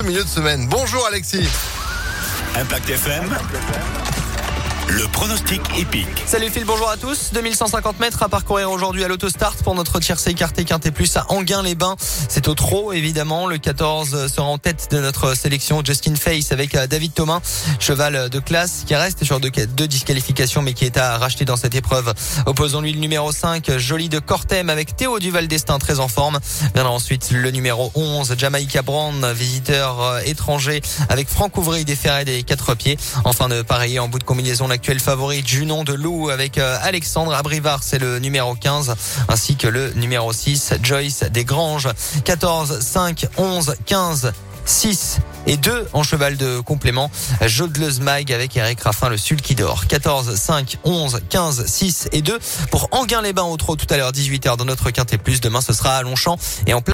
milieu de semaine. Bonjour Alexis. Impact FM. Le pronostic épique. Salut Phil, bonjour à tous. 2150 mètres à parcourir aujourd'hui à l'Autostart pour notre tiercé écarté Quintet Plus à Enghien-les-Bains. C'est au trot évidemment. Le 14 sera en tête de notre sélection Justin Face avec David Thomas, cheval de classe qui reste sur deux disqualifications mais qui est à racheter dans cette épreuve. Opposons-lui le numéro 5, Joli de Cortem avec Théo Duval d'Estaing très en forme. Viendra ensuite le numéro 11, Jamaica Brand, visiteur étranger avec Franck Ouvry des Ferrets des 4 pieds. Enfin de pareiller en bout de combinaison l'actuel favori Junon de Loup avec Alexandre Abrivard, c'est le numéro 15, ainsi que le numéro 6, Joyce des Granges. 14, 5, 11, 15, 6 et 2 en cheval de complément. Jodleuse Mag avec Eric Raffin, le sulky d'or. 14, 5, 11, 15, 6 et 2 pour Enghien-les-Bains au trot tout à l'heure 18h dans notre Quintet Plus. Demain ce sera à Longchamp et en plein